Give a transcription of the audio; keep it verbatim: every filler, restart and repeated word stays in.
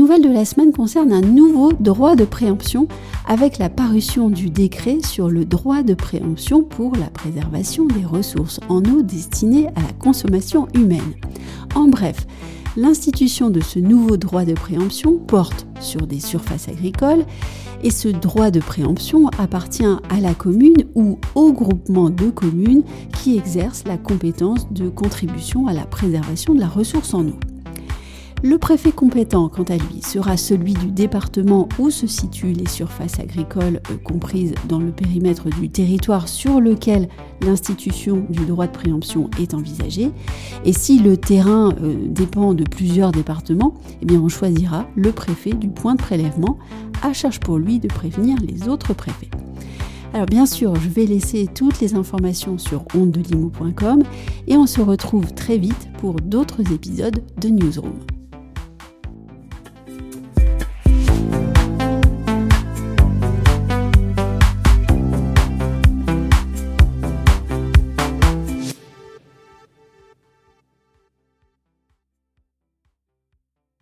nouvelle de la semaine concerne un nouveau droit de préemption avec la parution du décret sur le droit de préemption pour la préservation des ressources en eau destinées à la consommation humaine. En bref, l'institution de ce nouveau droit de préemption porte sur des surfaces agricoles et ce droit de préemption appartient à la commune ou au groupement de communes qui exerce la compétence de contribution à la préservation de la ressource en eau. Le préfet compétent, quant à lui, sera celui du département où se situent les surfaces agricoles euh, comprises dans le périmètre du territoire sur lequel l'institution du droit de préemption est envisagée. Et si le terrain euh, dépend de plusieurs départements, eh bien on choisira le préfet du point de prélèvement, à charge pour lui de prévenir les autres préfets. Alors bien sûr, je vais laisser toutes les informations sur ondes de limo point com et on se retrouve très vite pour d'autres épisodes de Newsroom.